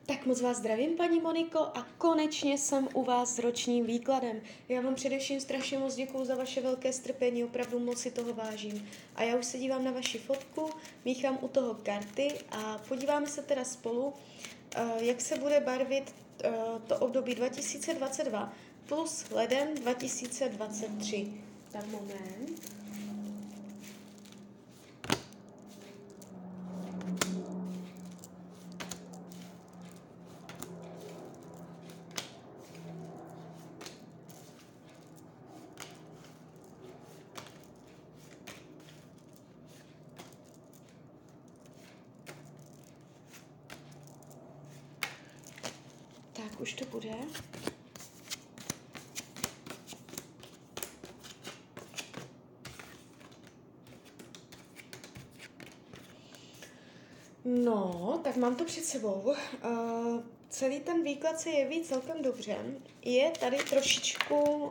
Tak moc vás zdravím, paní Moniko, a konečně jsem u vás s ročním výkladem. Já vám především strašně moc děkuju za vaše velké strpení, opravdu moc si toho vážím. A já už se dívám na vaši fotku, míchám u toho karty a podíváme se teda spolu, jak se bude barvit to období 2022 plus leden 2023. Tak moment. Tak, už to bude. No, tak mám to před sebou. Celý ten výklad se jeví celkem dobře. Je tady trošičku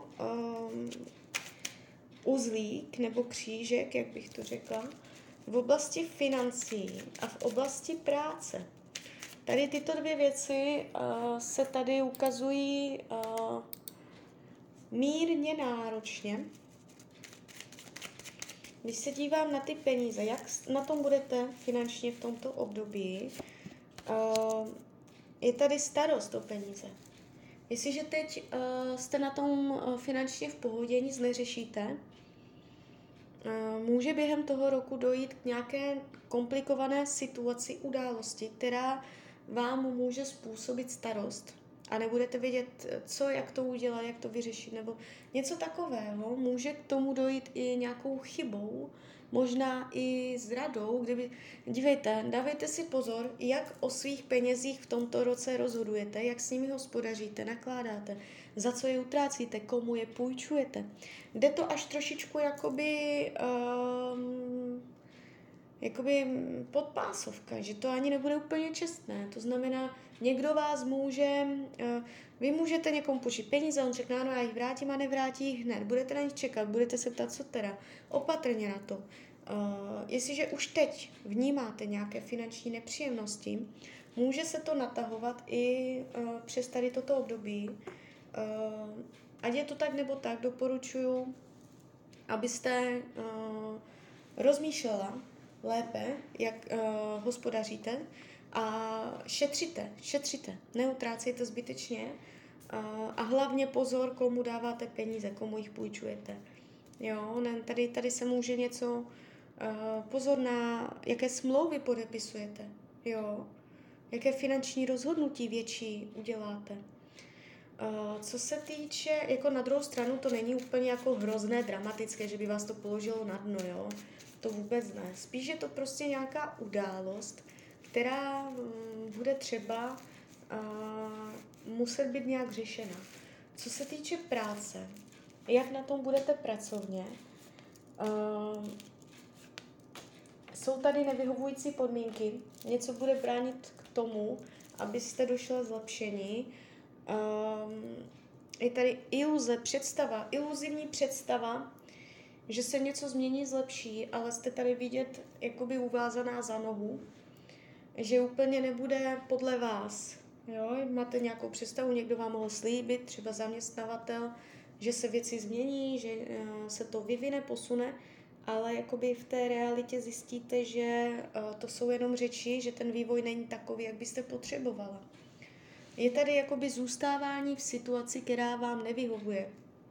uzlík nebo křížek, jak bych to řekla, v oblasti financí a v oblasti práce. Tady tyto dvě věci se tady ukazují mírně náročně. Když se dívám na ty peníze, jak na tom budete finančně v tomto období, je tady starost o peníze. Jestliže teď jste na tom finančně v pohodě, nic neřešíte, může během toho roku dojít k nějaké komplikované situaci, události, která vám může způsobit starost a nebudete vědět, co, jak to udělat, jak to vyřešit, nebo něco takového. Může k tomu dojít i nějakou chybou, možná i zradou, dívejte, dávejte si pozor, jak o svých penězích v tomto roce rozhodujete, jak s nimi hospodaříte, nakládáte, za co je utrácíte, komu je půjčujete. Jde to až trošičku jakoby podpásovka, že to ani nebude úplně čestné. To znamená, někdo vás může, vy můžete někomu půjčit peníze, on řekne, ano, já jich vrátím a nevrátí jich hned. Budete na nich čekat, budete se ptát, co teda. Opatrně na to. Jestliže už teď vnímáte nějaké finanční nepříjemnosti, může se to natahovat i přes tady toto období. Ať je to tak nebo tak, doporučuji, abyste rozmýšlela lépe, jak hospodaříte a šetřite, neutrácejte zbytečně a hlavně pozor, komu dáváte peníze, komu jich půjčujete. Jo, tady se může něco, pozor na jaké smlouvy podepisujete, jo, jaké finanční rozhodnutí větší uděláte. Co se týče, jako na druhou stranu, to není úplně jako hrozné, dramatické, že by vás to položilo na dno, jo? To vůbec ne. Spíš je to prostě nějaká událost, která bude třeba muset být nějak řešena. Co se týče práce, jak na tom budete pracovně, jsou tady nevyhovující podmínky, něco bude bránit k tomu, abyste došli zlepšení. Je tady iluzivní představa, že se něco změní, zlepší, ale jste tady vidět jakoby uvázaná za nohu, že úplně nebude podle vás. Jo? Máte nějakou představu, někdo vám mohl slíbit, třeba zaměstnavatel, že se věci změní, že se to vyvine, posune, ale jakoby v té realitě zjistíte, že to jsou jenom řeči, že ten vývoj není takový, jak byste potřebovala. Je tady jakoby zůstávání v situaci, která vám nevyhovuje.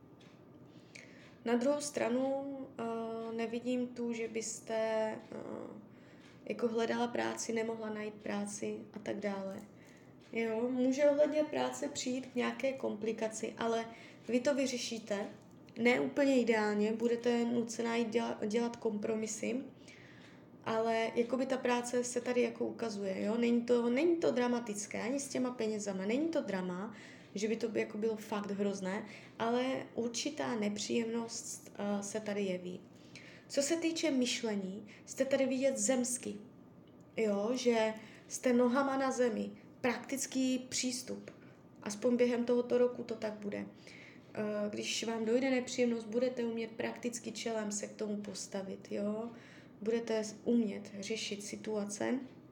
Na druhou stranu nevidím tu, že byste jako hledala práci, nemohla najít práci a tak dále. Jo, může ohledně práce přijít k nějaké komplikaci, ale vy to vyřešíte, ne úplně ideálně, budete nucená jít dělat kompromisy, ale jakoby ta práce se tady jako ukazuje, jo? Není to dramatické, ani s těma penězama, není to drama, že by to jako bylo fakt hrozné, ale určitá nepříjemnost se tady jeví. Co se týče myšlení, jste tady vidět zemsky, jo? Že jste nohama na zemi, praktický přístup, aspoň během tohoto roku to tak bude. Když vám dojde nepříjemnost, budete umět prakticky čelem se k tomu postavit, jo? Budete umět řešit situace,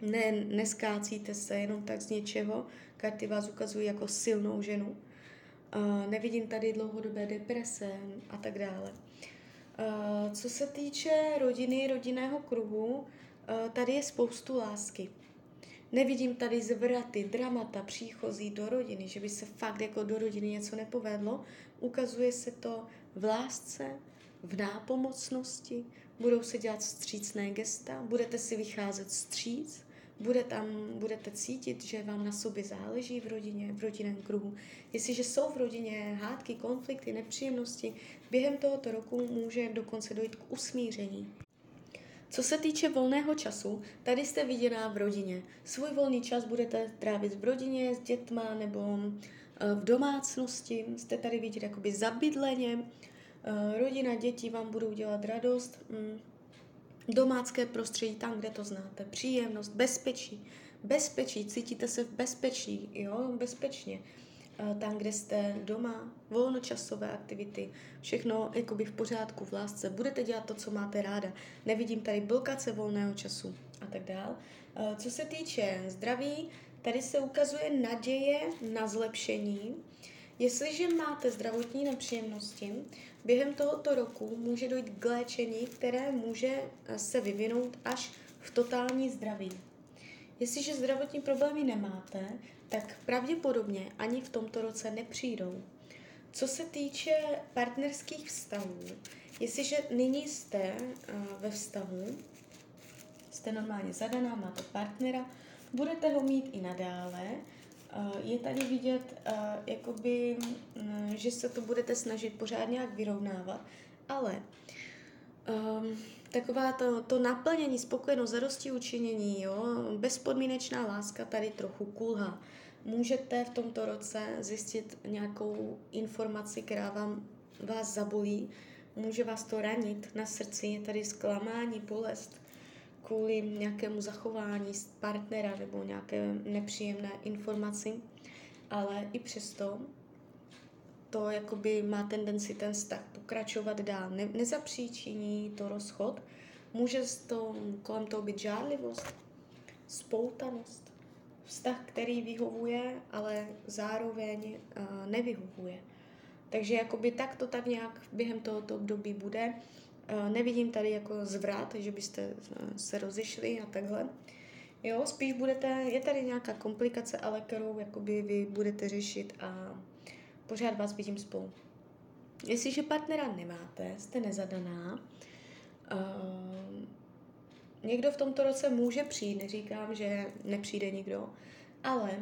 neskácíte se jenom tak z něčeho. Karty vás ukazují jako silnou ženu. Nevidím tady dlouhodobé deprese a tak dále. Co se týče rodiny, rodinného kruhu, tady je spoustu lásky. Nevidím tady zvraty, dramata, příchozí do rodiny, že by se fakt jako do rodiny něco nepovedlo. Ukazuje se to v lásce, v nápomocnosti, budou se dělat vstřícné gesta, budete si vycházet vstříc, budete cítit, že vám na sobě záleží v rodině, v rodinném kruhu. Jestliže jsou v rodině hádky, konflikty, nepříjemnosti, během tohoto roku může dokonce dojít k usmíření. Co se týče volného času, tady jste viděná v rodině. Svůj volný čas budete trávit v rodině, s dětma nebo v domácnosti. Jste tady vidět jakoby zabydleně. Rodina, děti vám budou dělat radost. Domácké prostředí, tam, kde to znáte. Příjemnost, bezpečí. Bezpečí, cítíte se v bezpečí, jo, bezpečně. Tam, kde jste doma, volnočasové aktivity, všechno jakoby v pořádku, v lásce. Budete dělat to, co máte ráda. Nevidím tady blokace volného času a tak dál. Co se týče zdraví, tady se ukazuje naděje na zlepšení. Jestliže máte zdravotní nepříjemnosti, během tohoto roku může dojít k léčení, které může se vyvinout až v totální zdraví. Jestliže zdravotní problémy nemáte, tak pravděpodobně ani v tomto roce nepřijdou. Co se týče partnerských vztahů, jestliže nyní jste ve vztahu, jste normálně zadaná, máte partnera, budete ho mít i nadále. Je tady vidět, jakoby, že se to budete snažit pořád nějak vyrovnávat, ale taková to naplnění, spokojenost, zadostiučinění, jo, bezpodmínečná láska tady trochu kulhá. Můžete v tomto roce zjistit nějakou informaci, která vás zabolí, může vás to ranit na srdci, je tady zklamání, bolest kvůli nějakému zachování partnera nebo nějaké nepříjemné informaci, ale i přesto to jakoby má tendenci ten vztah pokračovat dál. Nezapříčiní to rozchod, může kolem toho být žárlivost, spoutanost, vztah, který vyhovuje, ale zároveň nevyhovuje. Takže jakoby tak nějak během tohoto období bude. Nevidím tady jako zvrat, že byste se rozešli a takhle. Jo, spíš je tady nějaká komplikace, ale kterou jakoby vy budete řešit a pořád vás vidím spolu. Jestliže partnera nemáte, jste nezadaná, někdo v tomto roce může přijít, neříkám, že nepřijde nikdo, ale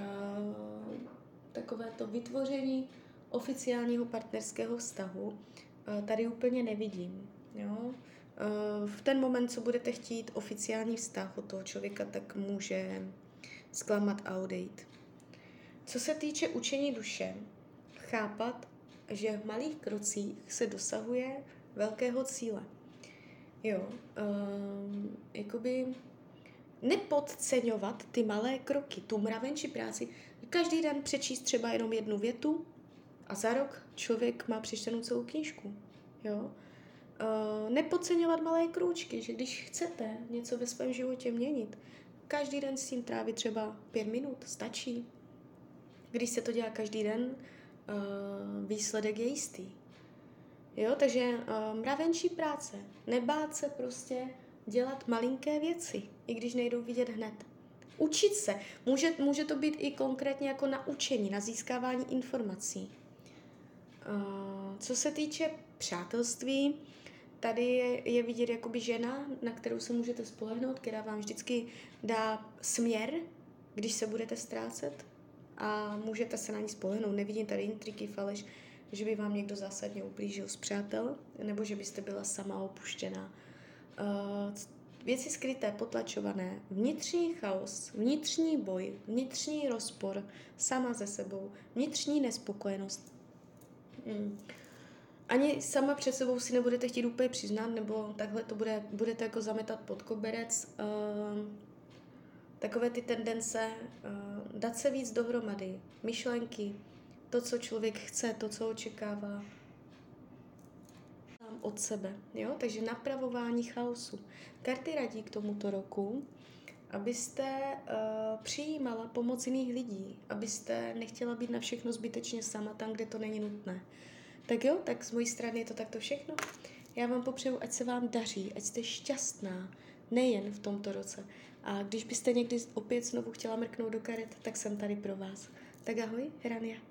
takové to vytvoření oficiálního partnerského vztahu tady úplně nevidím. Jo? V ten moment, co budete chtít oficiální vztah od toho člověka, tak může zklamat a odejít. Co se týče učení duše, chápat, že v malých krocích se dosahuje velkého cíle. Jo, jakoby nepodceňovat ty malé kroky, tu mravenčí práci. Každý den přečíst třeba jenom jednu větu a za rok člověk má přečtenou celou knížku. Jo? Nepodceňovat malé krůčky, že když chcete něco ve svém životě měnit, každý den s tím trávit třeba 5 minut, stačí. Když se to dělá každý den, výsledek je jistý. Jo, takže mravenčí práce. Nebát se prostě dělat malinké věci, i když nejdou vidět hned. Učit se. Může to být i konkrétně jako na učení, na získávání informací. Co se týče přátelství, tady je vidět jakoby žena, na kterou se můžete spolehnout, která vám vždycky dá směr, když se budete ztrácet a můžete se na ní spolehnout. Nevidím tady intriky, faleš, že by vám někdo zásadně ublížil z přátel, nebo že byste byla sama opuštěná. Věci skryté, potlačované, vnitřní chaos, vnitřní boj, vnitřní rozpor, sama ze sebou, vnitřní nespokojenost. Ani sama před sebou si nebudete chtít úplně přiznat, nebo takhle to budete jako zametat pod koberec. Takové ty tendence, dát se víc dohromady, myšlenky, to, co člověk chce, to, co očekává sám od sebe. Jo? Takže napravování chaosu. Karty radí k tomuto roku, abyste přijímala pomoc jiných lidí, abyste nechtěla být na všechno zbytečně sama tam, kde to není nutné. Tak jo, tak z mojí strany je to takto všechno. Já vám popřeju, ať se vám daří, ať jste šťastná, nejen v tomto roce. A když byste někdy opět znovu chtěla mrknout do karet, tak jsem tady pro vás. Tak ahoj, Rania.